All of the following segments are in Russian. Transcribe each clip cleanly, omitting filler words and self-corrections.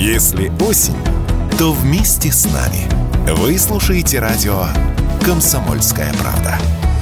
Если осень, то вместе с нами. Вы слушаете радио «Комсомольская правда».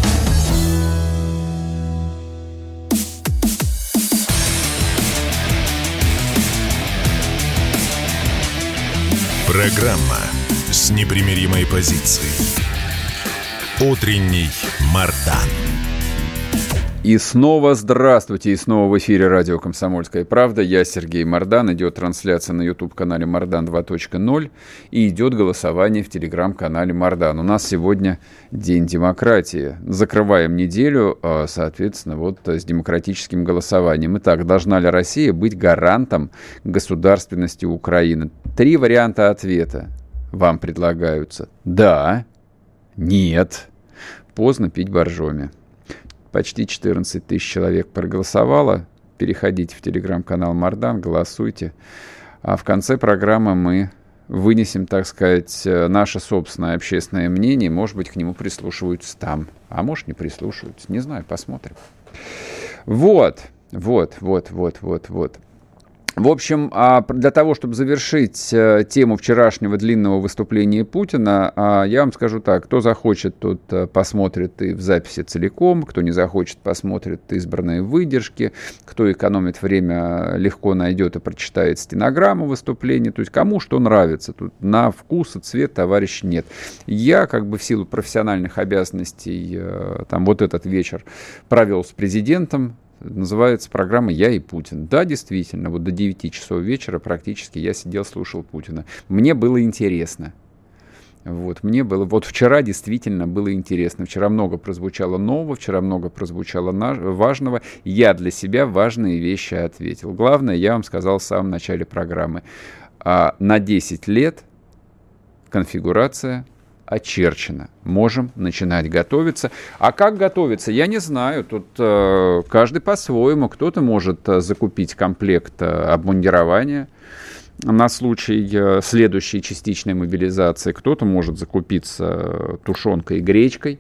Программа с непримиримой позицией. Утренний Мардан. И снова здравствуйте, и снова в эфире радио «Комсомольская правда». Я Сергей Мардан, идет трансляция на YouTube-канале Мардан 2.0 и идет голосование в телеграм-канале Мардан. У нас сегодня День демократии. Закрываем неделю, соответственно, вот с демократическим голосованием. Итак, должна ли Россия быть гарантом государственности Украины? 3 варианта ответа вам предлагаются. Да, нет, поздно пить боржоми. Почти 14 тысяч человек проголосовало. Переходите в телеграм-канал Мардан, голосуйте. А в конце программы мы вынесем, так сказать, наше собственное общественное мнение. Может быть, к нему прислушиваются там. А может, не прислушиваются. Не знаю, посмотрим. Вот. В общем, для того, чтобы завершить тему вчерашнего длинного выступления Путина, я вам скажу так: кто захочет, тот посмотрит и в записи целиком, кто не захочет, посмотрит избранные выдержки, кто экономит время, легко найдет и прочитает стенограмму выступления. То есть кому что нравится. Тут на вкус и цвет, товарищ, нет. Я, как бы в силу профессиональных обязанностей, там вот этот вечер провел с президентом. Называется программа «Я и Путин». Да, действительно, вот до 9 часов вечера практически я сидел, слушал Путина. Мне было интересно. Вот вчера действительно было интересно. Вчера много прозвучало нового, вчера много прозвучало важного. Я для себя важные вещи ответил. Главное, я вам сказал в самом начале программы. На 10 лет конфигурация очерчено. Можем начинать готовиться. А как готовиться, я не знаю. Тут каждый по-своему. Кто-то может закупить комплект обмундирования на случай следующей частичной мобилизации. Кто-то может закупиться тушенкой и гречкой.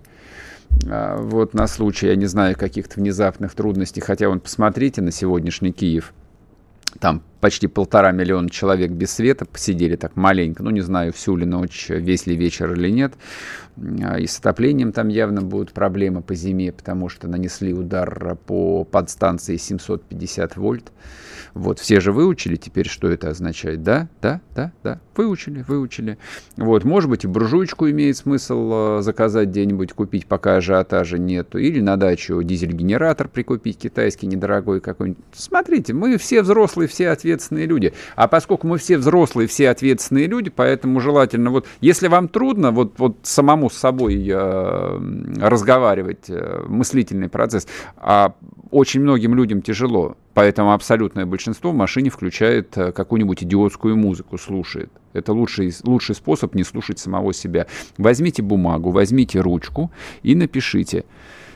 Вот на случай, я не знаю, каких-то внезапных трудностей. Хотя вон, посмотрите на сегодняшний Киев. Там почти 1,5 миллиона человек без света посидели так маленько. Ну, не знаю, всю ли ночь, весь ли вечер или нет. И с отоплением там явно будут проблемы по зиме, потому что нанесли удар по подстанции 750 вольт. Вот, все же выучили теперь, что это означает, да? Да. Выучили. Вот, может быть, и буржуечку имеет смысл заказать где-нибудь, купить, пока ажиотажа нету. Или на дачу дизель-генератор прикупить, китайский, недорогой какой-нибудь. Смотрите, мы все взрослые, все ответственные люди. А поскольку мы все взрослые, все ответственные люди, поэтому желательно, вот, если вам трудно, вот самому с собой разговаривать, мыслительный процесс, а очень многим людям тяжело, поэтому абсолютное большинство в машине включает какую-нибудь идиотскую музыку, слушает. Это лучший способ не слушать самого себя. Возьмите бумагу, возьмите ручку и напишите,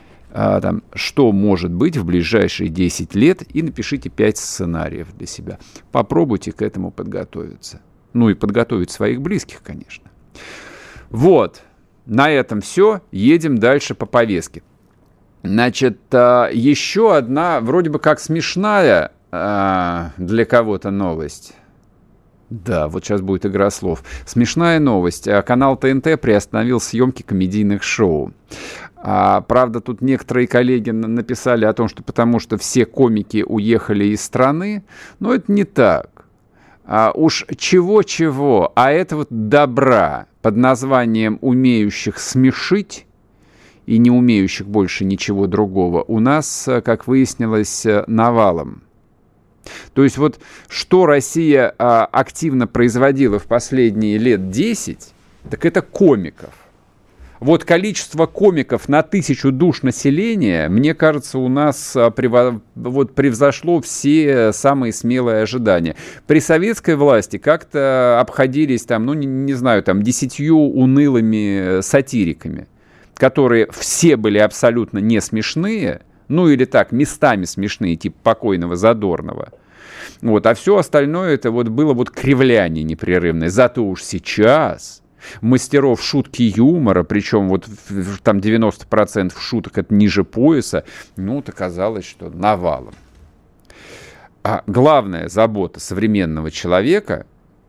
что может быть в ближайшие 10 лет, и напишите 5 сценариев для себя. Попробуйте к этому подготовиться. Ну и подготовить своих близких, конечно. Вот, на этом все. Едем дальше по повестке. Значит, еще одна, вроде бы как смешная для кого-то новость. Да, вот сейчас будет игра слов. Смешная новость. Канал ТНТ приостановил съемки комедийных шоу. Правда, тут некоторые коллеги написали о том, что потому что все комики уехали из страны. Но это не так. Уж чего-чего, а это вот добра под названием «умеющих смешить» и не умеющих больше ничего другого у нас, как выяснилось, навалом. То есть вот что Россия активно производила в последние лет 10, так это комиков. Вот количество комиков на 1000 душ населения, мне кажется, у нас превзошло все самые смелые ожидания. При советской власти как-то обходились там, ну не знаю, там 10 унылыми сатириками, которые все были абсолютно не смешные, ну или так, местами смешные, типа покойного Задорнова. Вот, а все остальное это вот было вот кривляние непрерывное. Зато уж сейчас мастеров шутки юмора, причем вот там 90% шуток это ниже пояса, ну, вот оказалось, что навалом. А главная забота современного человека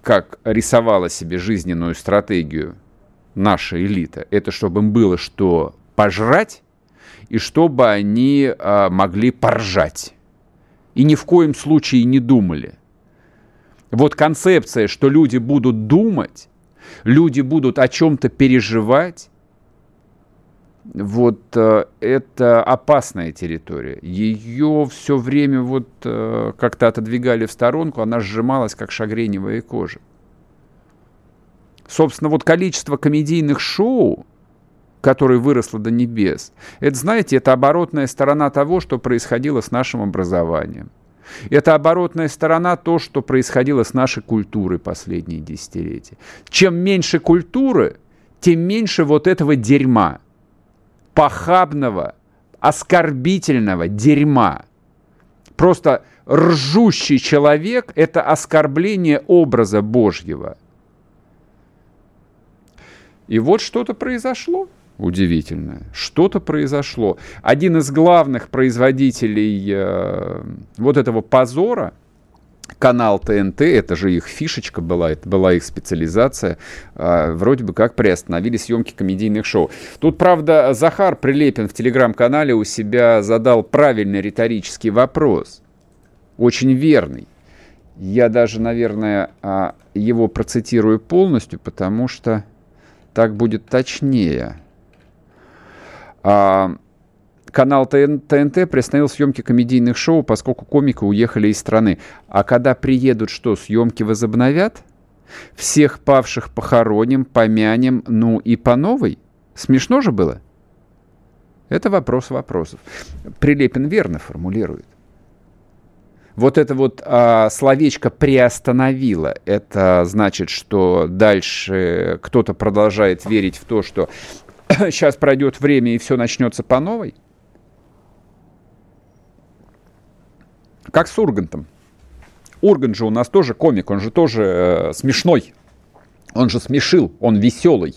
как рисовала себе жизненную стратегию наша элита, это чтобы им было что пожрать и чтобы они могли поржать. И ни в коем случае не думали. Вот концепция, что люди будут думать, люди будут о чем-то переживать, вот это опасная территория. Ее все время вот как-то отодвигали в сторонку, она сжималась, как шагреневая кожа. Собственно, вот количество комедийных шоу, которое выросло до небес, это, знаете, это оборотная сторона того, что происходило с нашим образованием. Это оборотная сторона того, что происходило с нашей культурой последние десятилетия. Чем меньше культуры, тем меньше вот этого дерьма. Похабного, оскорбительного дерьма. Просто ржущий человек – это оскорбление образа Божьего. И вот что-то произошло удивительное. Что-то произошло. Один из главных производителей вот этого позора, канал ТНТ, это же их фишечка была, это была их специализация, вроде бы как приостановили съемки комедийных шоу. Тут, правда, Захар Прилепин в телеграм-канале у себя задал правильный риторический вопрос. Очень верный. Я даже, наверное, его процитирую полностью, потому что так будет точнее. Канал ТНТ приостановил съемки комедийных шоу, поскольку комики уехали из страны. А когда приедут, что, съемки возобновят? Всех павших похороним, помянем, ну и по новой? Смешно же было? Это вопрос вопросов. Прилепин верно формулирует. Вот это вот словечко «приостановило», это значит, что дальше кто-то продолжает верить в то, что сейчас пройдет время и все начнется по новой? Как с Ургантом. Ургант же у нас тоже комик, он же тоже смешной. Он же смешил, он веселый.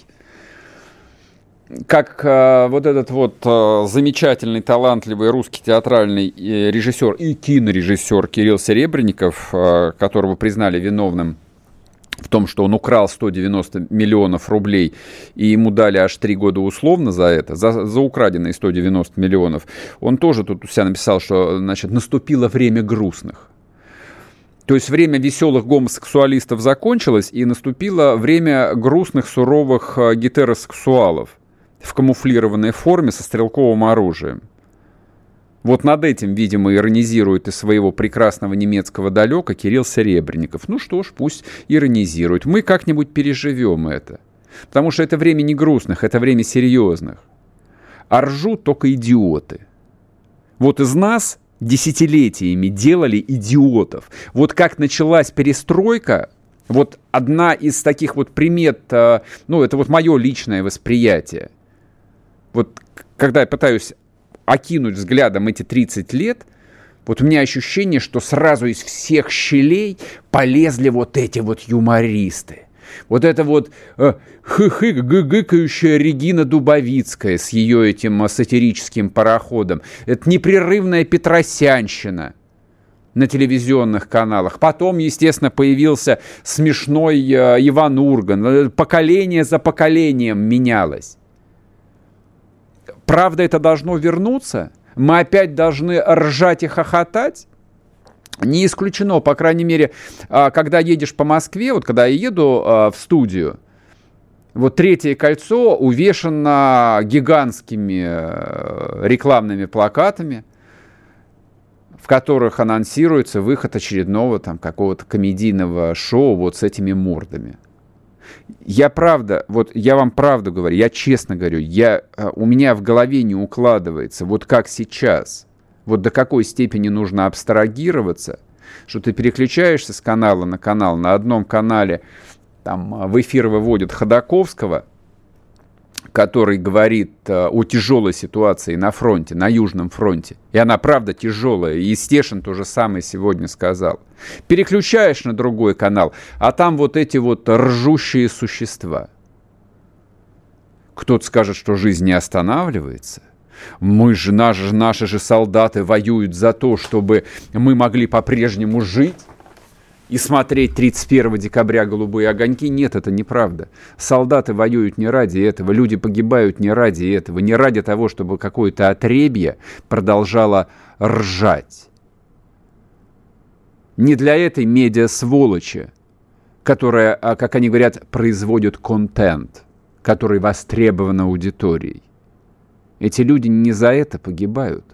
Как вот этот вот замечательный, талантливый русский театральный режиссер и кинорежиссер Кирилл Серебренников, которого признали виновным в том, что он украл 190 миллионов рублей, и ему дали аж 3 года условно за это, за украденные 190 миллионов, он тоже тут у себя написал, что, значит, наступило время грустных. То есть время веселых гомосексуалистов закончилось, и наступило время грустных, суровых гетеросексуалов в камуфлированной форме со стрелковым оружием. Вот над этим, видимо, иронизирует из своего прекрасного немецкого далека Кирилл Серебренников. Ну что ж, пусть иронизирует. Мы как-нибудь переживем это. Потому что это время не грустных, это время серьезных. А ржут только идиоты. Вот из нас десятилетиями делали идиотов. Вот как началась перестройка, вот одна из таких вот примет, ну это вот мое личное восприятие. Вот когда я пытаюсь окинуть взглядом эти 30 лет, вот у меня ощущение, что сразу из всех щелей полезли вот эти вот юмористы. Вот это вот гыкающая Регина Дубовицкая с ее этим сатирическим пароходом. Это непрерывная петросянщина на телевизионных каналах. Потом, естественно, появился смешной Иван Ургант. Поколение за поколением менялось. Правда, это должно вернуться? Мы опять должны ржать и хохотать? Не исключено, по крайней мере, когда едешь по Москве, вот когда я еду в студию, вот Третье кольцо увешано гигантскими рекламными плакатами, в которых анонсируется выход очередного там какого-то комедийного шоу вот с этими мордами. Я правда, вот я вам правду говорю, я честно говорю, у меня в голове не укладывается, вот как сейчас, вот до какой степени нужно абстрагироваться, что ты переключаешься с канала на канал, на одном канале там в эфир выводят Ходаковского, который говорит о тяжелой ситуации на фронте, на Южном фронте. И она, правда, тяжелая. И Стешин то же самое сегодня сказал. Переключаешь на другой канал, а там вот эти вот ржущие существа. Кто-то скажет, что жизнь не останавливается. Наши же солдаты воюют за то, чтобы мы могли по-прежнему жить. и смотреть 31 декабря «Голубые огоньки». Нет, это неправда. Солдаты воюют не ради этого, люди погибают не ради этого, не ради того, чтобы какое-то отребье продолжало ржать. Не для этой медиа-сволочи, которая, как они говорят, производит контент, который востребован аудиторией. Эти люди не за это погибают.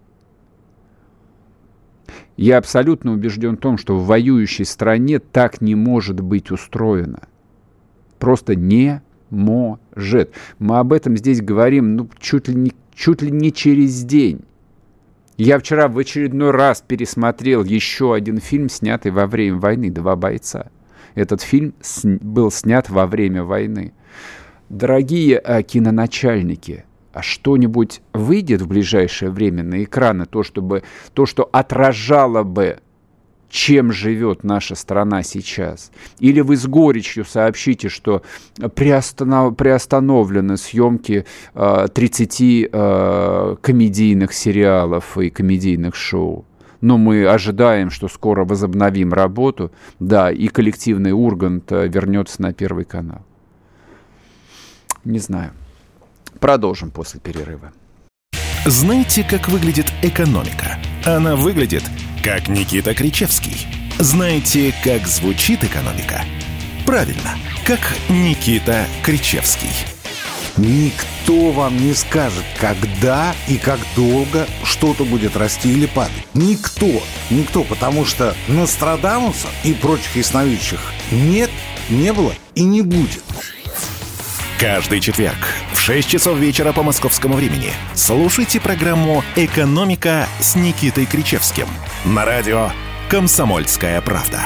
Я абсолютно убежден в том, что в воюющей стране так не может быть устроено. Просто не может. Мы об этом здесь говорим чуть ли не через день. Я вчера в очередной раз пересмотрел еще один фильм, снятый во время войны «Два бойца». Этот фильм был снят во время войны. Дорогие киноначальники, а что-нибудь выйдет в ближайшее время на экраны, то, что отражало бы, чем живет наша страна сейчас? Или вы с горечью сообщите, что приостановлены съемки 30 комедийных сериалов и комедийных шоу? Но мы ожидаем, что скоро возобновим работу, да, и коллективный Ургант вернется на Первый канал. Не знаю. Продолжим после перерыва. Знаете, как выглядит экономика? Она выглядит, как Никита Кричевский. Знаете, как звучит экономика? Правильно, как Никита Кричевский. Никто вам не скажет, когда и как долго что-то будет расти или падать. Никто, потому что Нострадамуса и прочих ясновидящих нет, не было и не будет. Каждый четверг в 6 часов вечера по московскому времени слушайте программу «Экономика» с Никитой Кричевским на радио «Комсомольская правда».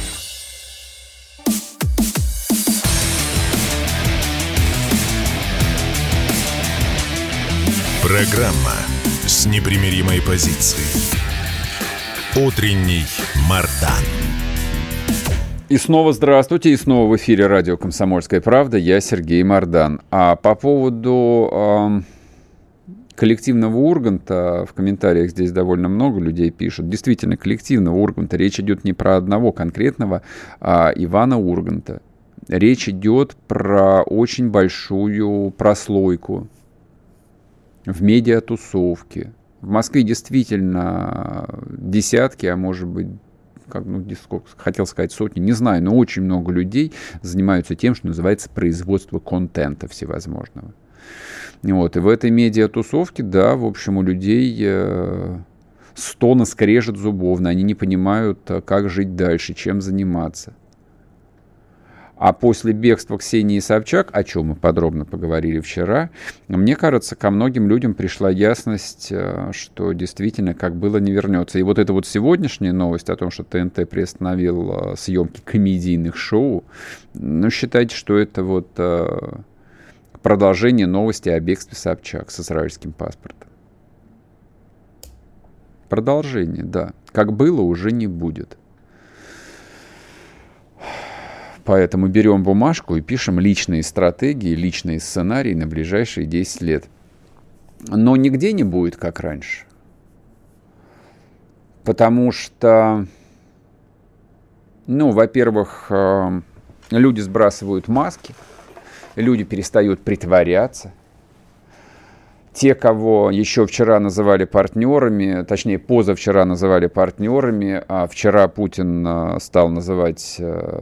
Программа с непримиримой позицией. Утренний Мардан. И снова здравствуйте, и снова в эфире радио «Комсомольская правда». Я Сергей Мардан. А по поводу коллективного Урганта в комментариях здесь довольно много людей пишут. Действительно, коллективного Урганта. Речь идет не про одного конкретного Ивана Урганта. Речь идет про очень большую прослойку в медиатусовке. В Москве действительно десятки, а может быть, хотел сказать сотни, не знаю, но очень много людей занимаются тем, что называется производство контента всевозможного. Вот. И в этой медиатусовке, да, в общем, у людей стон и скрежет зубовно, они не понимают, как жить дальше, чем заниматься. А после бегства Ксении Собчак, о чем мы подробно поговорили вчера, мне кажется, ко многим людям пришла ясность, что действительно, как было, не вернется. И вот эта вот сегодняшняя новость о том, что ТНТ приостановил съемки комедийных шоу, считайте, что это вот продолжение новости о бегстве Собчак с израильским паспортом. Продолжение, да. Как было, уже не будет. Поэтому берем бумажку и пишем личные стратегии, личные сценарии на ближайшие 10 лет. Но нигде не будет, как раньше. Потому что, во-первых, люди сбрасывают маски, люди перестают притворяться. Те, кого еще вчера называли партнерами, точнее, позавчера называли партнерами, а вчера Путин стал называть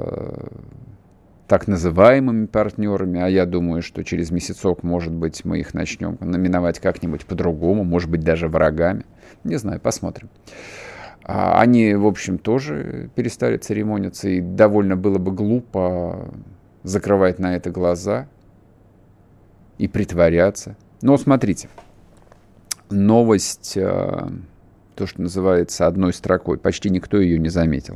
так называемыми партнерами, а я думаю, что через месяцок, может быть, мы их начнем номиновать как-нибудь по-другому, может быть, даже врагами. Не знаю, посмотрим. Они, в общем, тоже перестали церемониться, и довольно было бы глупо закрывать на это глаза и притворяться. Но смотрите, новость, то, что называется, одной строкой. Почти никто ее не заметил.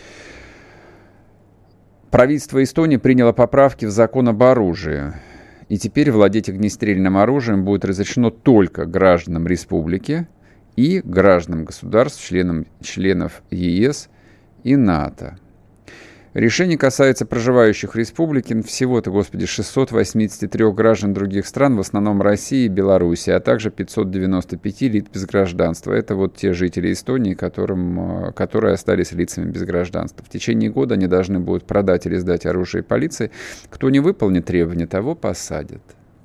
Правительство Эстонии приняло поправки в закон об оружии. И теперь владеть огнестрельным оружием будет разрешено только гражданам республики и гражданам государств, членов ЕС и НАТО. Решение касается проживающих в республике всего-то, господи, 683 граждан других стран, в основном России и Беларуси, а также 595 лиц без гражданства. Это вот те жители Эстонии, которые остались лицами без гражданства. В течение года они должны будут продать или сдать оружие полиции. Кто не выполнит требования, того посадят.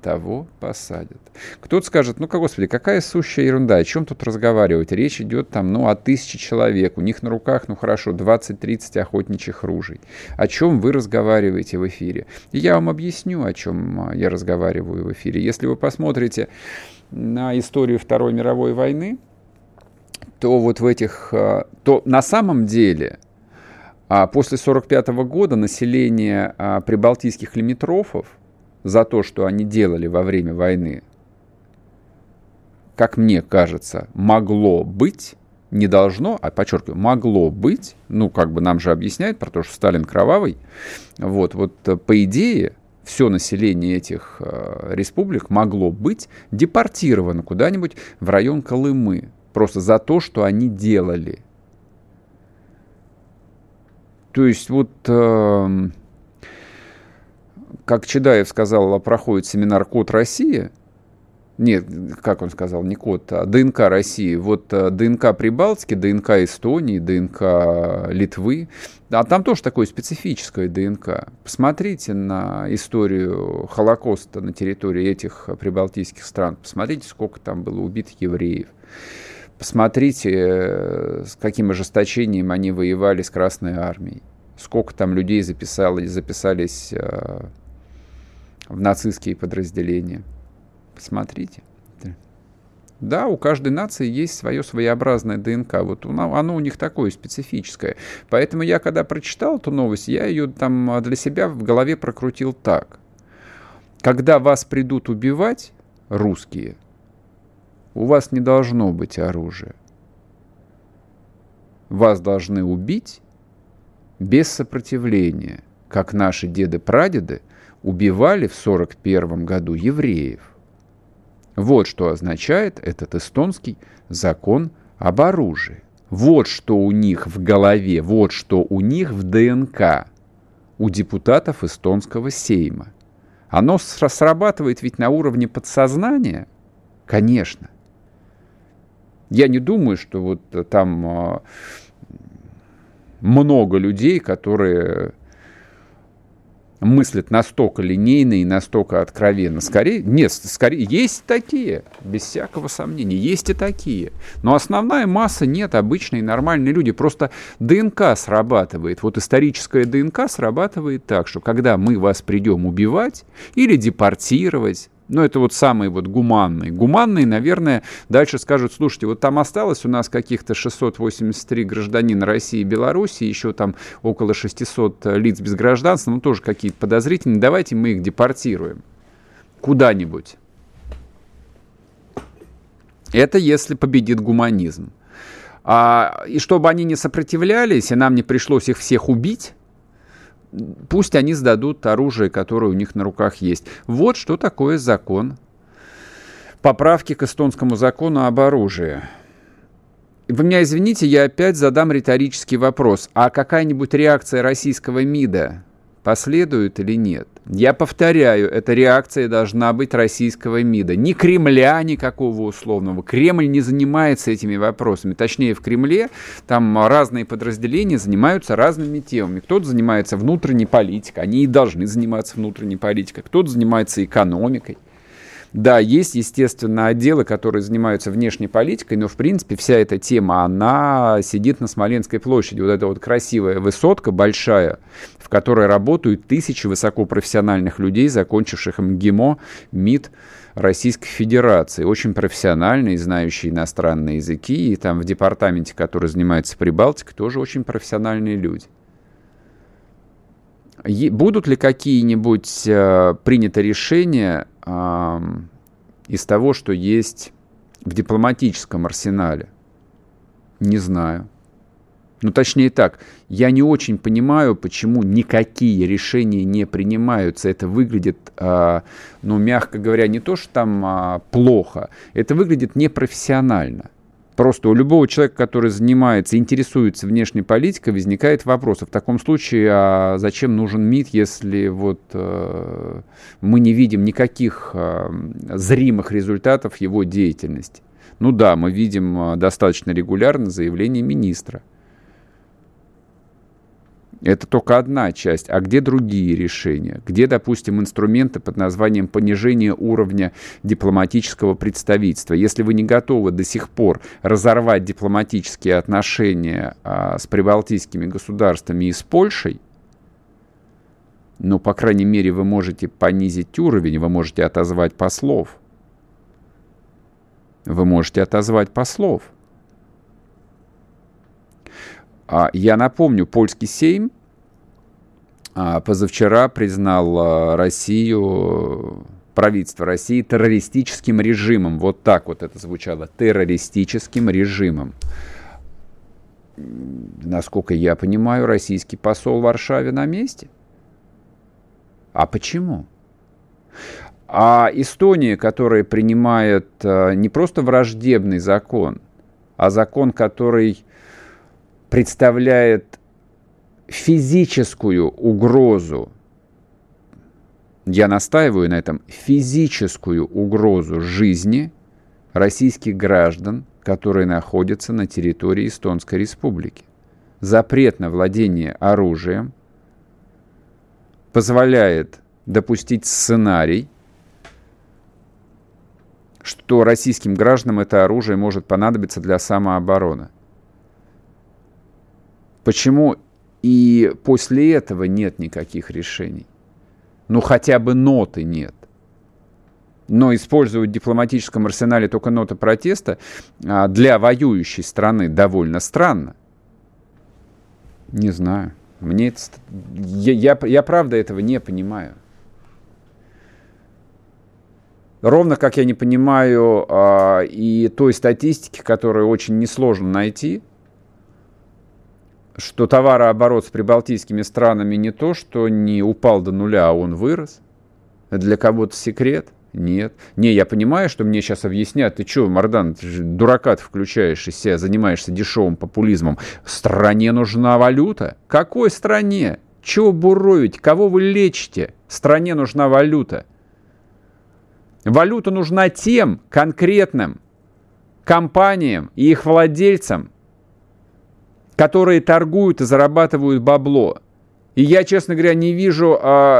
Кто-то скажет, господи, какая сущая ерунда, о чем тут разговаривать? Речь идет там, о 1000 человек, у них на руках, 20-30 охотничьих ружей. О чем вы разговариваете в эфире? И я вам объясню, о чем я разговариваю в эфире. Если вы посмотрите на историю Второй мировой войны, то то на самом деле после 1945 года население прибалтийских лимитрофов за то, что они делали во время войны, как мне кажется, могло быть, не должно, подчеркиваю, могло быть, нам же объясняют про то, что Сталин кровавый, по идее, все население этих республик могло быть депортировано куда-нибудь в район Колымы, просто за то, что они делали. То есть как Чедаев сказал, проходит семинар «Код России». Нет, как он сказал, не код, а ДНК России. ДНК Прибалтики, ДНК Эстонии, ДНК Литвы. А там тоже такое специфическое ДНК. Посмотрите на историю Холокоста на территории этих прибалтийских стран. Посмотрите, сколько там было убитых евреев. Посмотрите, с каким ожесточением они воевали с Красной Армией. Сколько там людей записались в нацистские подразделения. Посмотрите. Да, у каждой нации есть свое своеобразное ДНК. Оно у них такое специфическое. Поэтому я, когда прочитал эту новость, я ее там для себя в голове прокрутил так. Когда вас придут убивать, русские, у вас не должно быть оружия. Вас должны убить без сопротивления, как наши деды-прадеды убивали в 1941 году евреев. Вот что означает этот эстонский закон об оружии. Вот что у них в голове, вот что у них в ДНК, у депутатов эстонского Сейма. Оно срабатывает ведь на уровне подсознания? Конечно. Я не думаю, что там много людей, которые мыслят настолько линейно и настолько откровенно. Скорее, есть такие, без всякого сомнения, есть и такие. Но основная масса нет, обычные нормальные люди. Просто ДНК срабатывает. Историческая ДНК срабатывает так, что когда мы вас придем убивать или депортировать, это самые гуманные. Гуманные, наверное, дальше скажут, слушайте, там осталось у нас каких-то 683 гражданина России и Беларуси, еще там около 600 лиц без гражданства, тоже какие-то подозрительные, давайте мы их депортируем куда-нибудь. Это если победит гуманизм. И чтобы они не сопротивлялись, и нам не пришлось их всех убить, пусть они сдадут оружие, которое у них на руках есть. Вот что такое закон. Поправки к эстонскому закону об оружии. Вы меня извините, я опять задам риторический вопрос. А какая-нибудь реакция российского МИДа последует или нет? Я повторяю, эта реакция должна быть российского МИДа. Ни Кремля никакого условного. Кремль не занимается этими вопросами. Точнее, в Кремле там разные подразделения занимаются разными темами. Кто-то занимается внутренней политикой. Они и должны заниматься внутренней политикой. Кто-то занимается экономикой. Да, есть, естественно, отделы, которые занимаются внешней политикой, но, в принципе, вся эта тема, она сидит на Смоленской площади. Эта красивая высотка, большая, в которой работают тысячи высокопрофессиональных людей, закончивших МГИМО, МИД Российской Федерации. Очень профессиональные, знающие иностранные языки. И там в департаменте, который занимается Прибалтикой, тоже очень профессиональные люди. Будут ли какие-нибудь приняты решения из того, что есть в дипломатическом арсенале? Не знаю. Точнее так, я не очень понимаю, почему никакие решения не принимаются. Это выглядит, мягко говоря, не то, что там плохо, это выглядит непрофессионально. Просто у любого человека, который занимается, интересуется внешней политикой, возникает вопрос, в таком случае, а зачем нужен МИД, если вот мы не видим никаких зримых результатов его деятельности? Ну да, мы видим достаточно регулярно заявления министра. Это только одна часть. А где другие решения? Где, допустим, инструменты под названием понижение уровня дипломатического представительства? Если вы не готовы до сих пор разорвать дипломатические отношения с прибалтийскими государствами и с Польшей, ну, по крайней мере, вы можете понизить уровень, вы можете отозвать послов. Вы можете отозвать послов. Я напомню, польский Сейм позавчера признал Россию, правительство России террористическим режимом. Вот так вот это звучало. Террористическим режимом. Насколько я понимаю, российский посол в Варшаве на месте. А почему? А Эстония, которая принимает не просто враждебный закон, а закон, который представляет физическую угрозу, я настаиваю на этом, физическую угрозу жизни российских граждан, которые находятся на территории Эстонской Республики. Запрет на владение оружием позволяет допустить сценарий, что российским гражданам это оружие может понадобиться для самообороны. Почему и после этого нет никаких решений? Ну, хотя бы ноты нет. Но использовать в дипломатическом арсенале только ноты протеста для воюющей страны довольно странно. Не знаю. Мне это... я правда этого не понимаю. Ровно как я не понимаю и той статистики, которую очень несложно найти, что товарооборот с прибалтийскими странами не то, что не упал до нуля, а он вырос. Это для кого-то секрет? Нет. Не, я понимаю, что мне сейчас объяснят, ты что, Мардан, ты же дурака-то включаешь из себя, занимаешься дешевым популизмом. Стране нужна валюта? Какой стране? Чего буровить? Кого вы лечите? Стране нужна валюта. Валюта нужна тем конкретным компаниям и их владельцам, которые торгуют и зарабатывают бабло. И я, честно говоря, не вижу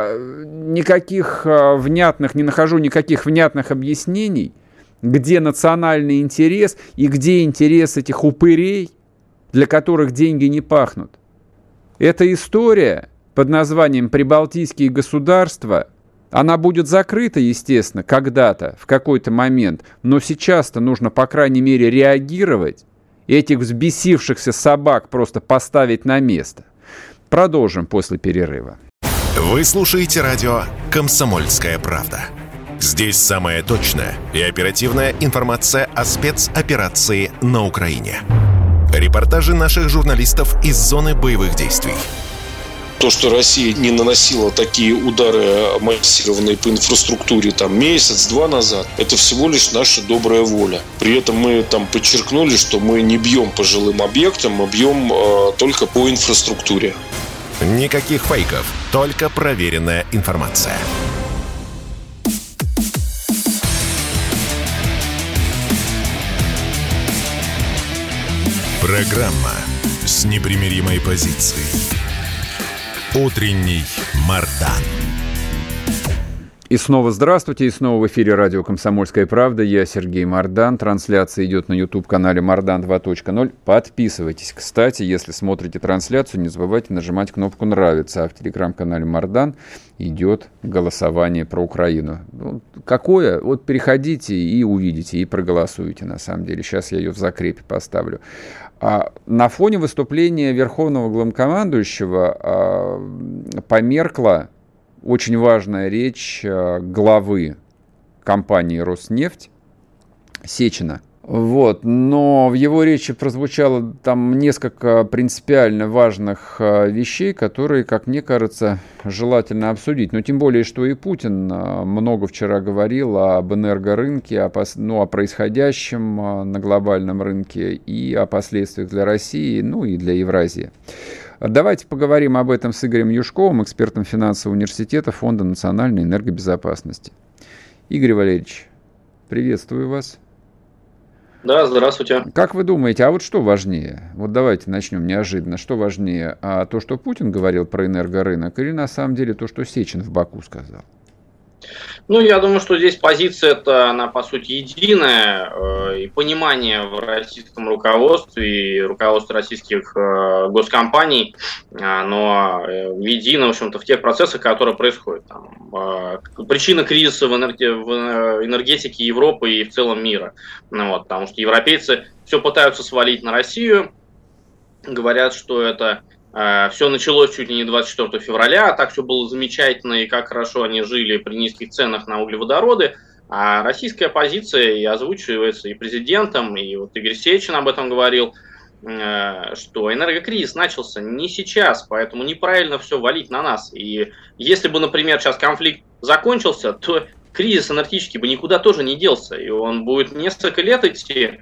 не нахожу никаких внятных объяснений, где национальный интерес и где интерес этих упырей, для которых деньги не пахнут. Эта история под названием «Прибалтийские государства», она будет закрыта, естественно, когда-то, в какой-то момент, но сейчас-то нужно, по крайней мере, реагировать, этих взбесившихся собак просто поставить на место. Продолжим после перерыва. Вы слушаете радио «Комсомольская правда». Здесь самая точная и оперативная информация о спецоперации на Украине. Репортажи наших журналистов из зоны боевых действий. То, что Россия не наносила такие удары массированные по инфраструктуре там месяц-два назад, это всего лишь наша добрая воля. При этом мы там подчеркнули, что мы не бьем по жилым объектам, мы бьем только по инфраструктуре. Никаких фейков, только проверенная информация. Программа с непримиримой позицией. Утренний Мардан. И снова здравствуйте, и снова в эфире радио «Комсомольская правда». Я Сергей Мардан. Трансляция идет на YouTube-канале Мардан 2.0. Подписывайтесь. Кстати, если смотрите трансляцию, не забывайте нажимать кнопку «Нравится». А в телеграм-канале Мардан идет голосование про Украину. Ну, какое? Вот переходите и увидите, и проголосуйте, на самом деле. Сейчас я ее в закрепе поставлю. На фоне выступления Верховного Главнокомандующего померкла очень важная речь главы компании «Роснефть» Сечина. Вот. Но в его речи прозвучало там несколько принципиально важных вещей, которые, как мне кажется, желательно обсудить. Но тем более, что и Путин много вчера говорил об энергорынке, о происходящем на глобальном рынке и о последствиях для России, ну и для Евразии. Давайте поговорим об этом с Игорем Юшковым, экспертом финансового университета Фонда национальной энергобезопасности. Игорь Валерьевич, приветствую вас. Да, здравствуйте. Как вы думаете, а вот что важнее? Вот давайте начнем неожиданно. Что важнее, то, что Путин говорил про энергорынок, или на самом деле то, что Сечин в Баку сказал? Ну, я думаю, что здесь позиция-то, она, по сути, единая, и понимание в российском руководстве, и руководстве российских госкомпаний, оно едино, в общем-то, в тех процессах, которые происходят. Там, причина кризиса в энергетике Европы и в целом мира. Ну, вот, потому что европейцы все пытаются свалить на Россию, говорят, что это... Все началось чуть ли не 24 февраля, так все было замечательно, и как хорошо они жили при низких ценах на углеводороды. А российская позиция и озвучивается и президентом, и вот Игорь Сечин об этом говорил, что энергокризис начался не сейчас, поэтому неправильно все валить на нас. И если бы, например, сейчас конфликт закончился, то кризис энергетический бы никуда тоже не делся, и он будет несколько лет идти.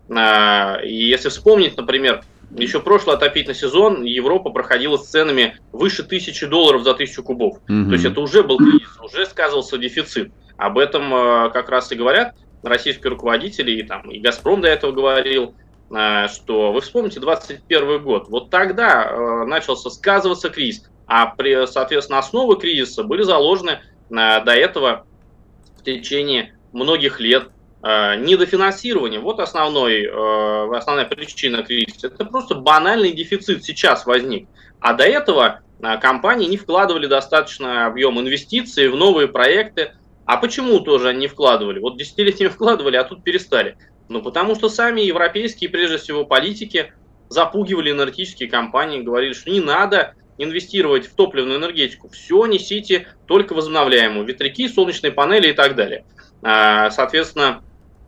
И если вспомнить, например, еще прошлый отопительный сезон Европа проходила с ценами выше $1000 за 1000 кубов. То есть это уже был кризис, уже сказывался дефицит. Об этом как раз и говорят российские руководители, и «Газпром» до этого говорил, что вы вспомните 2021 год. Вот тогда начался сказываться кризис, соответственно, основы кризиса были заложены до этого в течение многих лет. Недофинансирование. Вот основная причина кризиса. Это просто банальный дефицит сейчас возник. А до этого компании не вкладывали достаточный объем инвестиций в новые проекты. А почему тоже они не вкладывали? Вот десятилетиями вкладывали, а тут перестали. Ну, потому что сами европейские, прежде всего, политики запугивали энергетические компании, говорили, что не надо инвестировать в топливную энергетику. Все несите только возобновляемую. Ветряки, солнечные панели и так далее. Соответственно,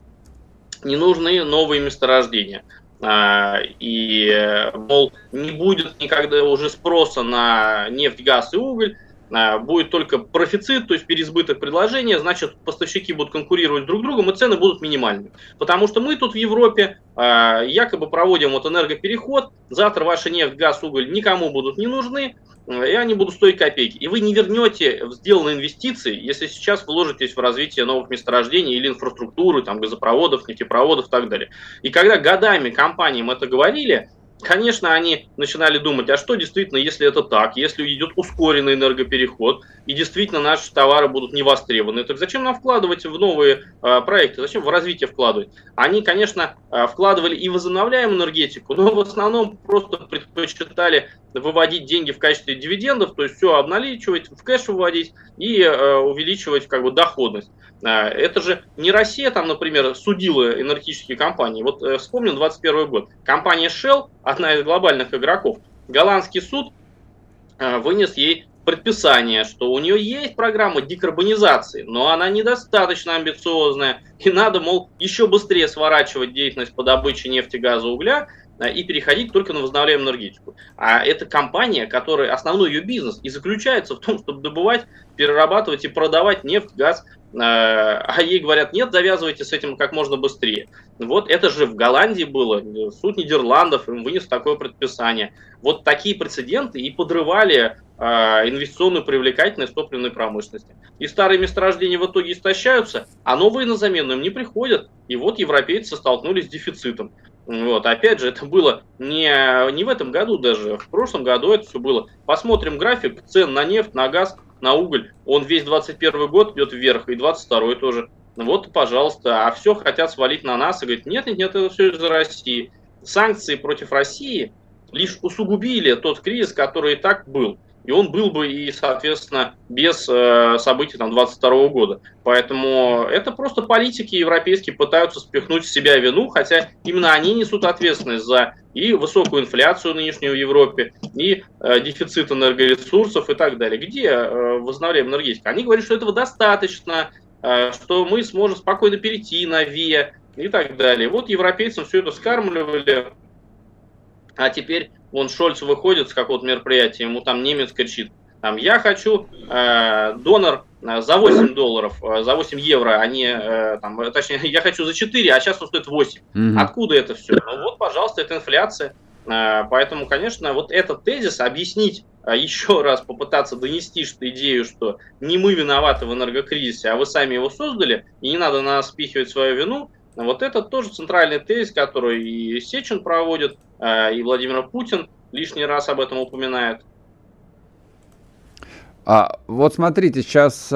не нужны новые месторождения. И, мол, не будет никогда уже спроса на нефть, газ и уголь, будет только профицит, то есть переизбыток предложения, значит, поставщики будут конкурировать друг с другом, и цены будут минимальными. Потому что мы тут в Европе якобы проводим вот энергопереход, завтра ваша нефть, газ, уголь никому будут не нужны, и они будут стоить копейки. И вы не вернете в сделанные инвестиции, если сейчас вложитесь в развитие новых месторождений или инфраструктуры, там, газопроводов, нефтепроводов и так далее. И когда годами компаниям это говорили, конечно, они начинали думать, а что действительно, если это так, если идет ускоренный энергопереход, и действительно наши товары будут не востребованы, так зачем нам вкладывать в новые проекты, зачем в развитие вкладывать? Они, конечно, вкладывали и в возобновляемую энергетику, но в основном просто предпочитали выводить деньги в качестве дивидендов, то есть все обналичивать, в кэш выводить и увеличивать как бы доходность. Это же не Россия, там, например, судила энергетические компании. Вот вспомним 2021 год. Компания Shell, одна из глобальных игроков, голландский суд вынес ей предписание, что у нее есть программа декарбонизации, но она недостаточно амбициозная, и надо, мол, еще быстрее сворачивать деятельность по добыче нефти, газа, угля и переходить только на возобновляемую энергетику. А это компания, которая основной ее бизнес и заключается в том, чтобы добывать, перерабатывать и продавать нефть, газ, а ей говорят, нет, завязывайте с этим как можно быстрее. Вот это же в Голландии было, суд Нидерландов им вынес такое предписание. Вот такие прецеденты и подрывали инвестиционную привлекательность топливной промышленности. И старые месторождения в итоге истощаются, а новые на замену им не приходят. И вот европейцы столкнулись с дефицитом. Вот, опять же, это было не в этом году даже, в прошлом году это все было. Посмотрим график цен на нефть, на газ, на уголь. Он весь 21 год идет вверх, и 22 тоже. Вот, пожалуйста, а все хотят свалить на нас и говорить, нет, это все из-за России. Санкции против России лишь усугубили тот кризис, который и так был. И он был бы и, соответственно, без событий 22 года. Поэтому это просто политики европейские пытаются спихнуть с себя вину, хотя именно они несут ответственность за и высокую инфляцию нынешнюю в Европе, и дефицит энергоресурсов и так далее. Где возобновляемая энергетика? Они говорят, что этого достаточно, что мы сможем спокойно перейти на ВИА, и так далее. Вот европейцам все это скармливали, а теперь вон Шольц выходит с какого-то мероприятия, ему там немец кричит, там, я хочу донор за $8, за 8 евро, а не, точнее, я хочу за 4, а сейчас он стоит 8. Откуда это все? Ну вот, пожалуйста, это инфляция. Поэтому, конечно, вот этот тезис объяснить, еще раз попытаться донести идею, что не мы виноваты в энергокризисе, а вы сами его создали, и не надо на нас спихивать свою вину, вот это тоже центральный тезис, который и Сечин проводит, и Владимир Путин лишний раз об этом упоминает. Вот смотрите, сейчас,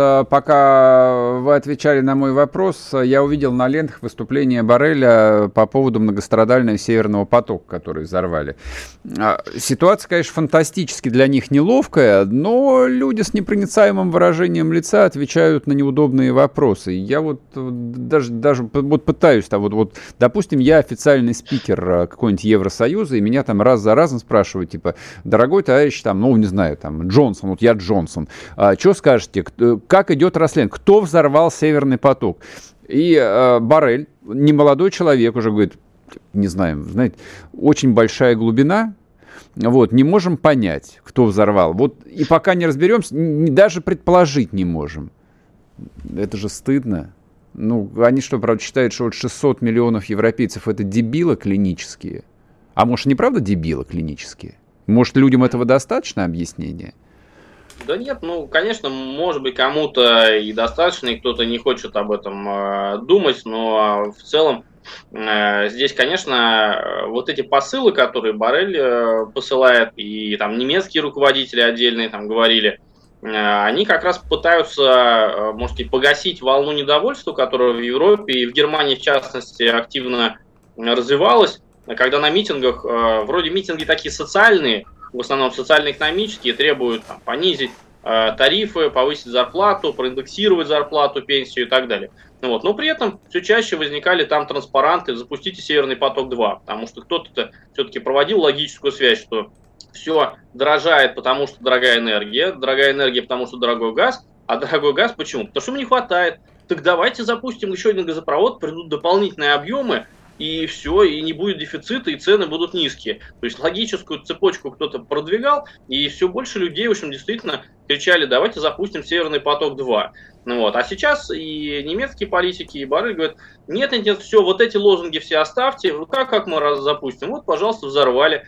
пока вы отвечали на мой вопрос, я увидел на лентах выступление Борреля по поводу многострадального Северного потока, который взорвали. Ситуация, конечно, фантастически для них неловкая, но люди с непроницаемым выражением лица отвечают на неудобные вопросы. Я вот даже пытаюсь, допустим, я официальный спикер какой-нибудь Евросоюза, и меня там раз за разом спрашивают, типа, дорогой товарищ, не знаю, Джонсон, вот я Джонсон, что скажете, как идет расследование, кто взорвал Северный поток? И Боррель, немолодой человек, уже говорит, не знаю, знаете, очень большая глубина, не можем понять, кто взорвал. И пока не разберемся, даже предположить не можем. Это же стыдно. Они что, правда, считают, что 600 миллионов европейцев это дебилы клинические? А может, неправда дебилы клинические? Может, людям этого достаточно объяснения? Да нет, конечно, может быть, кому-то и достаточно, и кто-то не хочет об этом думать, но в целом здесь, конечно, вот эти посылы, которые Боррель посылает, и там немецкие руководители отдельные там говорили, они как раз пытаются, может быть, погасить волну недовольства, которая в Европе и в Германии, в частности, активно развивалась, когда на митингах, вроде митинги такие социальные, в основном социально-экономические, требуют понизить тарифы, повысить зарплату, проиндексировать зарплату, пенсию и так далее. Но при этом все чаще возникали там транспаранты «Запустите Северный поток-2», потому что кто-то все-таки проводил логическую связь, что все дорожает, потому что дорогая энергия, потому что дорогой газ, а дорогой газ почему? Потому что ему не хватает. Так давайте запустим еще один газопровод, придут дополнительные объемы, и все, и не будет дефицита, и цены будут низкие. То есть логическую цепочку кто-то продвигал, и все больше людей, в общем, действительно кричали, давайте запустим Северный поток-2. А сейчас и немецкие политики, и Боррель говорят, нет, все, вот эти лозунги все оставьте, как мы раз запустим? Пожалуйста, взорвали.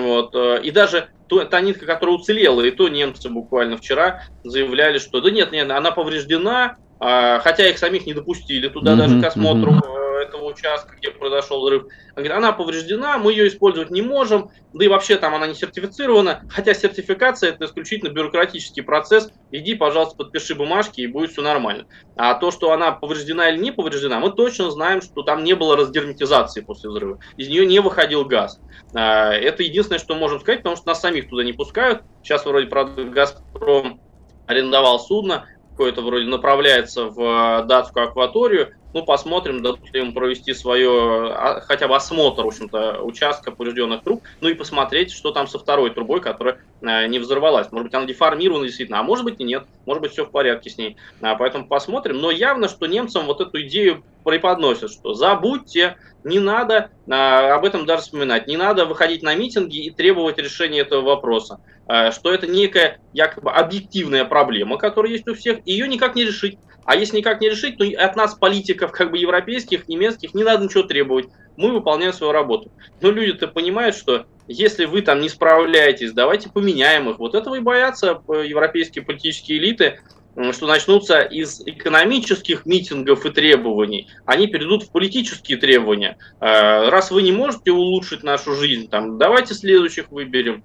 И даже та нитка, которая уцелела, и то немцы буквально вчера заявляли, что да нет, она повреждена, хотя их самих не допустили туда даже к осмотру этого участка, где произошел взрыв. Она повреждена, мы ее использовать не можем, да и вообще там она не сертифицирована, хотя сертификация это исключительно бюрократический процесс, иди, пожалуйста, подпиши бумажки и будет все нормально. А то, что она повреждена или не повреждена, мы точно знаем, что там не было разгерметизации после взрыва, из нее не выходил газ. Это единственное, что можем сказать, потому что нас самих туда не пускают. Сейчас вроде, правда, «Газпром» арендовал судно, какое-то вроде направляется в датскую акваторию. Посмотрим, дадут ли им провести свое, хотя бы осмотр, в общем-то, участка поврежденных труб, и посмотреть, что там со второй трубой, которая не взорвалась. Может быть, она деформирована действительно, а может быть и нет, может быть, все в порядке с ней. Поэтому посмотрим. Но явно, что немцам вот эту идею преподносят, что забудьте, не надо об этом даже вспоминать, не надо выходить на митинги и требовать решения этого вопроса, что это некая якобы объективная проблема, которая есть у всех, и ее никак не решить. А если никак не решить, то от нас, политиков европейских, немецких, не надо ничего требовать. Мы выполняем свою работу. Но люди-то понимают, что если вы там не справляетесь, давайте поменяем их. Вот этого и боятся европейские политические элиты, что начнутся из экономических митингов и требований, они перейдут в политические требования. Раз вы не можете улучшить нашу жизнь, давайте следующих выберем.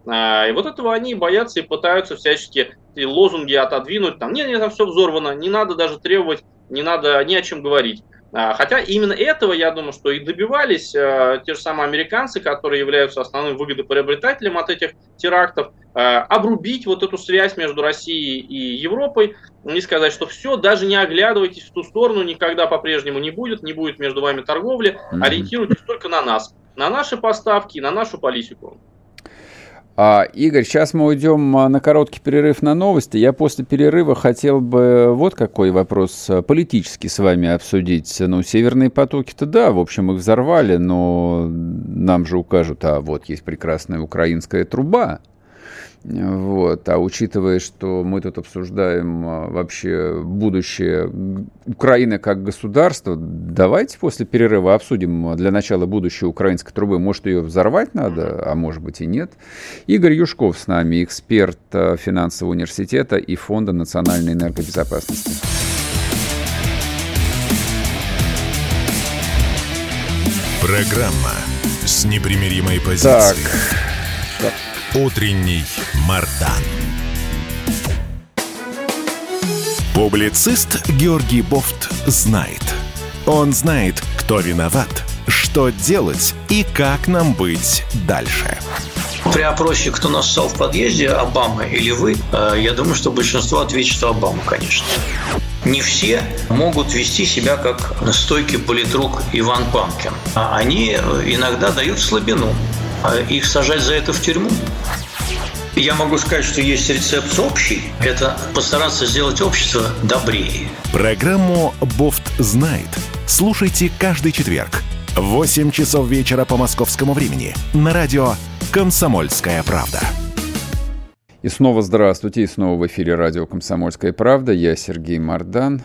И вот этого они боятся и пытаются всячески лозунги отодвинуть. Нет, там все взорвано, не надо даже требовать, не надо ни о чем говорить. Хотя именно этого, я думаю, что и добивались те же самые американцы, которые являются основным выгодоприобретателем от этих терактов, обрубить вот эту связь между Россией и Европой и сказать, что все, даже не оглядывайтесь в ту сторону, никогда по-прежнему не будет между вами торговли, ориентируйтесь только на нас, на наши поставки, на нашу политику. Игорь, сейчас мы уйдем на короткий перерыв на новости. Я после перерыва хотел бы вот какой вопрос политически с вами обсудить. Ну, северные потоки-то да, в общем, их взорвали, но нам же укажут, вот есть прекрасная украинская труба. Вот. А учитывая, что мы тут обсуждаем вообще будущее Украины как государства, давайте после перерыва обсудим для начала будущее украинской трубы. Может, ее взорвать надо, а может быть и нет. Игорь Юшков с нами, эксперт финансового университета и Фонда национальной энергобезопасности. Программа с непримиримой позицией. Так. Утренний Мардан. Публицист Георгий Бофт знает. Он знает, кто виноват, что делать и как нам быть дальше. При опросе, кто нассал в подъезде, Обама или вы, я думаю, что большинство ответит, что Обама, конечно. Не все могут вести себя как стойкий политрук Иван Панкин. Они иногда дают слабину. Их сажать за это в тюрьму? Я могу сказать, что есть рецепт общий. Это постараться сделать общество добрее. Программу «Бофт знает» слушайте каждый четверг в 8 часов вечера по московскому времени на радио «Комсомольская правда». И снова здравствуйте, и снова в эфире радио «Комсомольская правда». Я Сергей Мардан.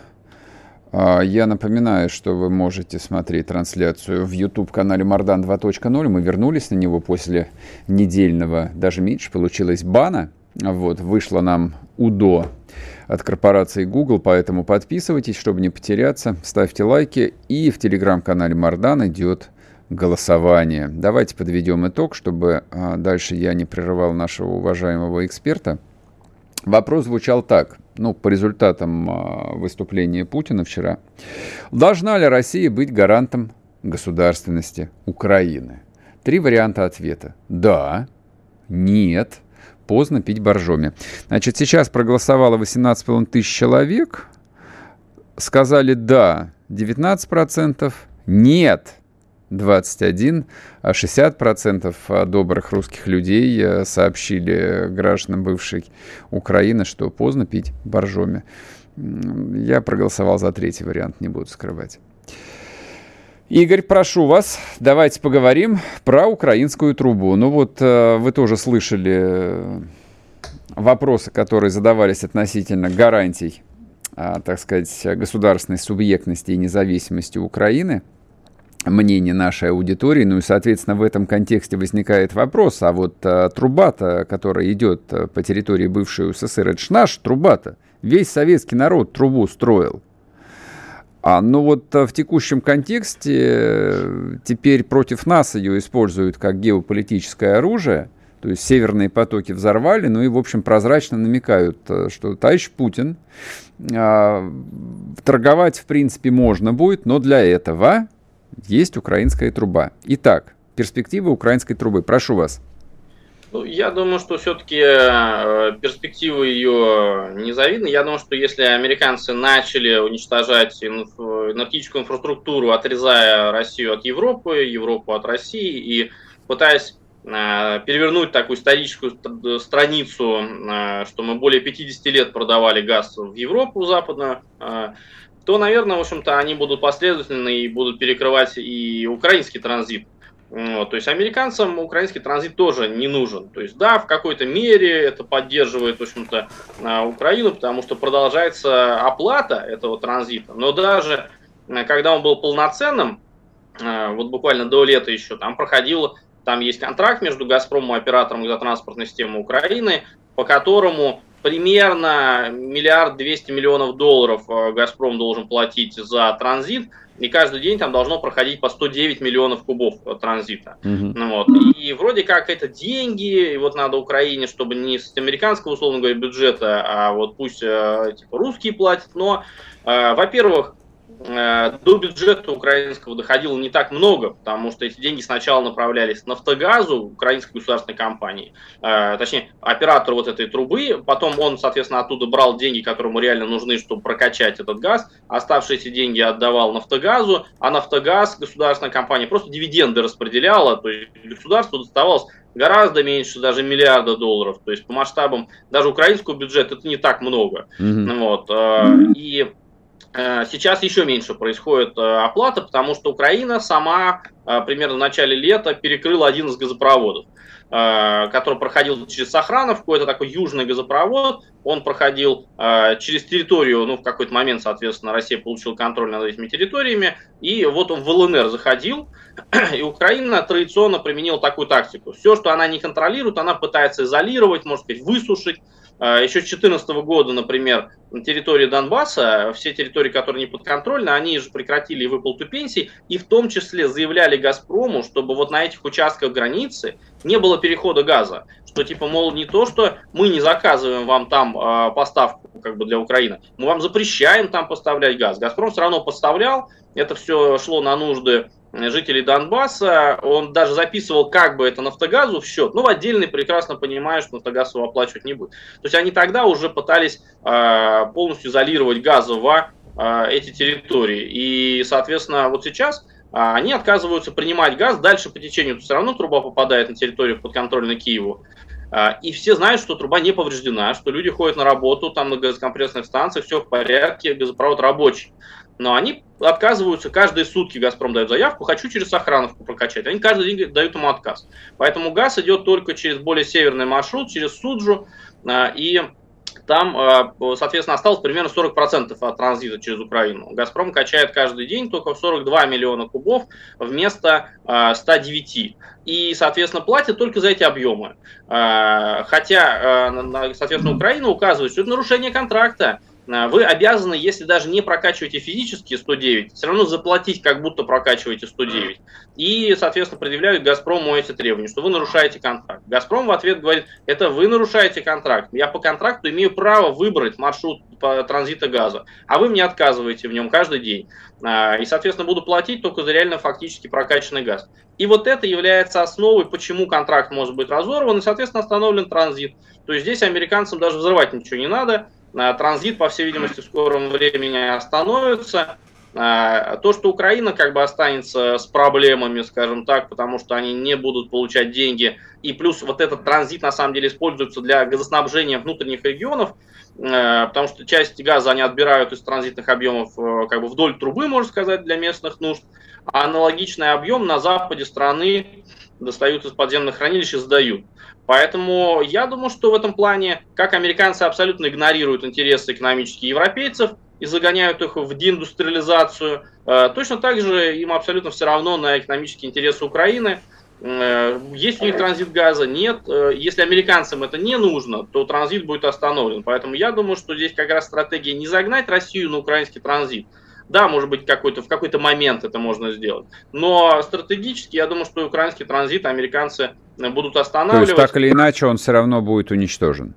Я напоминаю, что вы можете смотреть трансляцию в YouTube-канале Мардан 2.0. Мы вернулись на него после недельного, даже меньше получилось, бана. Вот, вышло нам УДО от корпорации Google, поэтому подписывайтесь, чтобы не потеряться, ставьте лайки. И в телеграм-канале Мардан идет голосование. Давайте подведем итог, чтобы дальше я не прерывал нашего уважаемого эксперта. Вопрос звучал так. По результатам выступления Путина вчера. Должна ли Россия быть гарантом государственности Украины? 3 варианта ответа. Да, нет, поздно пить боржоми. Значит, сейчас проголосовало 18,5 тысяч человек. Сказали да 19%, нет 21%, а 60% добрых русских людей сообщили гражданам бывшей Украины, что поздно пить боржоми. Я проголосовал за 3-й вариант, не буду скрывать. Игорь, прошу вас, давайте поговорим про украинскую трубу. Вы тоже слышали вопросы, которые задавались относительно гарантий, так сказать, государственной субъектности и независимости Украины. Мнение нашей аудитории, и, соответственно, в этом контексте возникает вопрос, труба-то, которая идет по территории бывшей УССР, это ж наша труба-то, весь советский народ трубу строил. В текущем контексте теперь против нас ее используют как геополитическое оружие, то есть северные потоки взорвали, в общем, прозрачно намекают, что товарищ Путин, торговать, в принципе, можно будет, но для этого есть украинская труба. Итак, перспективы украинской трубы. Прошу вас. Я думаю, что все-таки перспективы ее незавидны. Я думаю, что если американцы начали уничтожать энергетическую инфраструктуру, отрезая Россию от Европы, Европу от России, и пытаясь перевернуть такую историческую страницу, что мы более 50 лет продавали газ в Европу западную, то, наверное, в общем-то, они будут последовательны и будут перекрывать и украинский транзит. То есть американцам украинский транзит тоже не нужен. То есть да, в какой-то мере это поддерживает, в общем-то, Украину, потому что продолжается оплата этого транзита. Но даже когда он был полноценным, буквально до лета еще, там есть контракт между «Газпромом» и оператором газотранспортной системы Украины, по которому примерно $1 200 000 000 «Газпром» должен платить за транзит, и каждый день там должно проходить по 109 миллионов кубов транзита. И вроде как это деньги, и надо Украине, чтобы не с американского, условно говоря, бюджета, а пусть русские платят. Но, во-первых, до бюджета украинского доходило не так много, потому что эти деньги сначала направлялись «Нафтогазу», украинской государственной компании, точнее, оператору этой трубы, потом он, соответственно, оттуда брал деньги, которые ему реально нужны, чтобы прокачать этот газ, оставшиеся деньги отдавал «Нафтогазу», а «Нафтогаз», государственная компания, просто дивиденды распределяла, то есть государству доставалось гораздо меньше даже миллиарда долларов. То есть по масштабам даже украинского бюджета это не так много. Вот. И сейчас еще меньше происходит оплата, потому что Украина сама примерно в начале лета перекрыла один из газопроводов, который проходил через Сохрановку. Это такой южный газопровод. Он проходил через территорию, в какой-то момент, соответственно, Россия получила контроль над этими территориями, и вот он в ЛНР заходил, и Украина традиционно применила такую тактику. Все, что она не контролирует, она пытается изолировать, можно сказать, высушить. Еще с 2014 года, например, на территории Донбасса, все территории, которые не подконтрольны, они же прекратили выплату пенсий, и в том числе заявляли «Газпрому», чтобы вот на этих участках границы не было перехода газа. Что типа, мол, не то, что мы не заказываем вам там поставку для Украины, мы вам запрещаем там поставлять газ. «Газпром» все равно поставлял, это все шло на нужды жителей Донбасса. Он даже записывал это «Нафтогазу» в счет, но в отдельный прекрасно понимая, что «Нафтогаз» его оплачивать не будет. То есть они тогда уже пытались полностью изолировать газово эти территории. И, соответственно, вот сейчас они отказываются принимать газ, дальше по течению все равно труба попадает на территорию подконтрольную Киеву. И все знают, что труба не повреждена, что люди ходят на работу, там на газокомпрессных станциях, все в порядке, газопровод рабочий. Но они отказываются, каждые сутки «Газпром» дает заявку, хочу через Сохрановку прокачать. Они каждый день дают ему отказ. Поэтому газ идет только через более северный маршрут, через Суджу, и там, соответственно, осталось примерно 40% от транзита через Украину. «Газпром» качает каждый день только в 42 миллиона кубов вместо 109. И, соответственно, платят только за эти объемы. Хотя, соответственно, Украина указывает, что это нарушение контракта. Вы обязаны, если даже не прокачиваете физически 109, все равно заплатить, как будто прокачиваете 109. И, соответственно, предъявляют «Газпрому» эти требования, что вы нарушаете контракт. «Газпром» в ответ говорит, это вы нарушаете контракт. Я по контракту имею право выбрать маршрут по транзита газа, а вы мне отказываете в нем каждый день. И, соответственно, буду платить только за реально фактически прокачанный газ. И вот это является основой, почему контракт может быть разорван и, соответственно, остановлен транзит. То есть здесь американцам даже взрывать ничего не надо. Транзит, по всей видимости, в скором времени остановится. То, что Украина останется с проблемами, скажем так, потому что они не будут получать деньги, и плюс вот этот транзит на самом деле используется для газоснабжения внутренних регионов, потому что часть газа они отбирают из транзитных объемов вдоль трубы, можно сказать, для местных нужд, а аналогичный объем на западе страны достают из подземных хранилищ и сдают. Поэтому я думаю, что в этом плане, как американцы абсолютно игнорируют интересы экономических европейцев и загоняют их в деиндустриализацию, точно так же им абсолютно все равно на экономические интересы Украины. Есть у них транзит газа? Нет. Если американцам это не нужно, то транзит будет остановлен. Поэтому я думаю, что здесь как раз стратегия не загнать Россию на украинский транзит. Да, может быть, в какой-то момент это можно сделать. Но стратегически, я думаю, что украинский транзит американцы будут останавливать. То есть, так или иначе, он все равно будет уничтожен?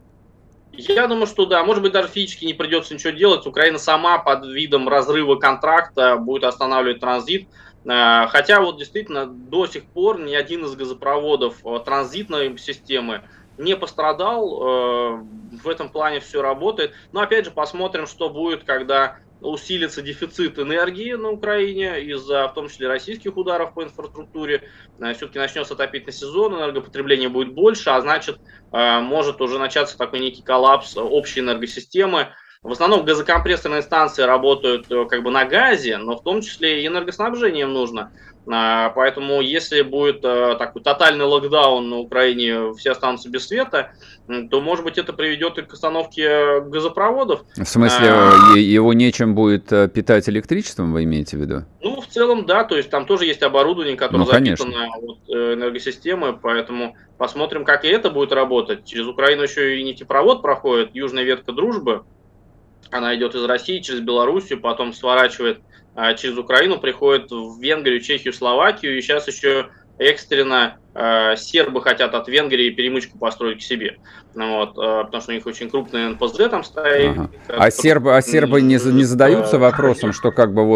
Я думаю, что да. Может быть, даже физически не придется ничего делать. Украина сама под видом разрыва контракта будет останавливать транзит. Хотя вот действительно до сих пор ни один из газопроводов транзитной системы не пострадал. В этом плане все работает. Но опять же посмотрим, что будет, когда усилится дефицит энергии на Украине из-за, в том числе, российских ударов по инфраструктуре. Все-таки начнется отопительный сезон, энергопотребление будет больше, а значит, может уже начаться такой некий коллапс общей энергосистемы. В основном газокомпрессорные станции работают на газе, но в том числе и энергоснабжением нужно. Поэтому если будет такой тотальный локдаун на Украине, все останутся без света, то, может быть, это приведет и к остановке газопроводов. В смысле, его нечем будет питать электричеством, вы имеете в виду? Ну, в целом, да, то есть там тоже есть оборудование, которое запитано энергосистемой, поэтому посмотрим, как и это будет работать. Через Украину еще и нефтепровод проходит, южная ветка дружбы. Она идет из России через Белоруссию, потом сворачивает через Украину, приходит в Венгрию, Чехию, Словакию. И сейчас еще экстренно сербы хотят от Венгрии перемычку построить к себе. Потому что у них очень крупный НПЗ там стоит. Ага. Сербы не задаются вопросом, что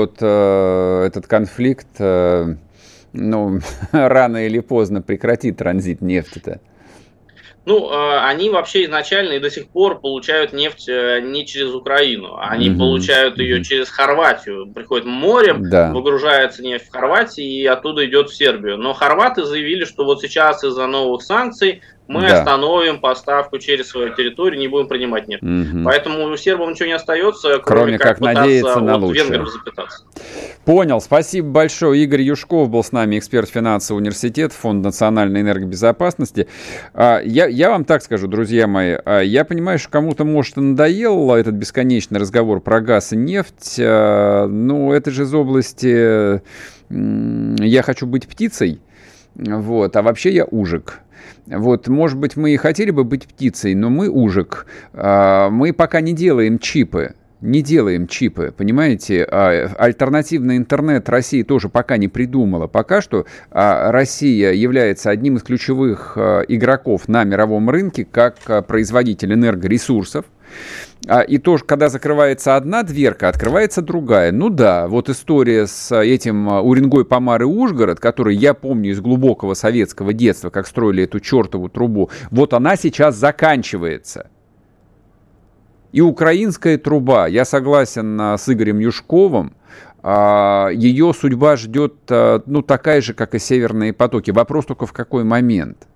этот конфликт рано или поздно прекратит транзит нефти-то? Они вообще изначально и до сих пор получают нефть не через Украину. Они получают ее через Хорватию. Приходит морем, выгружается нефть в Хорватии и оттуда идет в Сербию. Но хорваты заявили, что вот сейчас из-за новых санкций мы остановим поставку через свою территорию, не будем принимать нефть. Поэтому у сербов ничего не остается, кроме как надеяться на лучшее. Венгров запитаться. Понял. Спасибо большое. Игорь Юшков был с нами, эксперт финансового университета, Фонд национальной энергобезопасности. Я вам так скажу, друзья мои, я понимаю, что кому-то, может, и надоел этот бесконечный разговор про газ и нефть, но это же из области «я хочу быть птицей», а вообще я ужик. Может быть, мы и хотели бы быть птицей, но мы ужик. Мы пока не делаем чипы. Понимаете? Альтернативный интернет Россия тоже пока не придумала. Пока что Россия является одним из ключевых игроков на мировом рынке как производитель энергоресурсов. И тоже, когда закрывается одна дверка, открывается другая. История с этим Уренгой-Помар и-Ужгород, который я помню из глубокого советского детства, как строили эту чертову трубу, она сейчас заканчивается. И украинская труба, я согласен с Игорем Юшковым, ее судьба ждет такая же, как и северные потоки. Вопрос только в какой момент.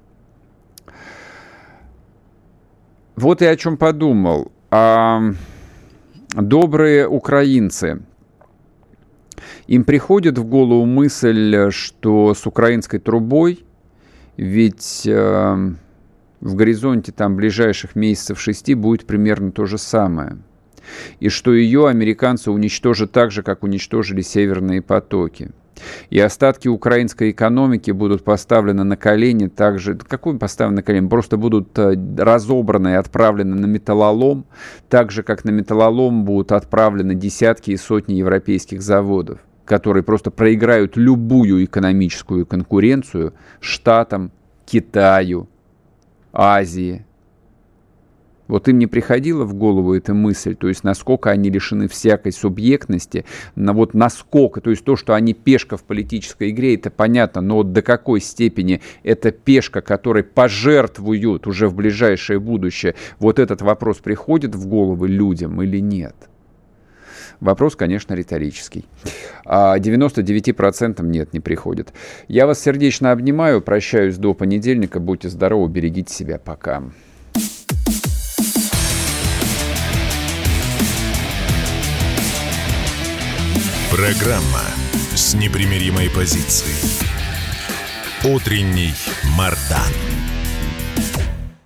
Вот я о чем подумал. Добрые украинцы. Им приходит в голову мысль, что с украинской трубой, ведь в горизонте ближайших месяцев 6 будет примерно то же самое. И что ее американцы уничтожат так же, как уничтожили северные потоки. И остатки украинской экономики будут поставлены на колени также. Какой поставлены на колени? Просто будут разобраны и отправлены на металлолом, так же, как на металлолом будут отправлены десятки и сотни европейских заводов, которые просто проиграют любую экономическую конкуренцию Штатам, Китаю, Азии. Им не приходила в голову эта мысль, то есть насколько они лишены всякой субъектности, насколько, то есть то, что они пешка в политической игре, это понятно, но до какой степени это пешка, которой пожертвуют уже в ближайшее будущее, этот вопрос приходит в голову людям или нет? Вопрос, конечно, риторический. 99% нет, не приходит. Я вас сердечно обнимаю, прощаюсь до понедельника, будьте здоровы, берегите себя, пока. Программа с непримиримой позицией. Утренний Мардан.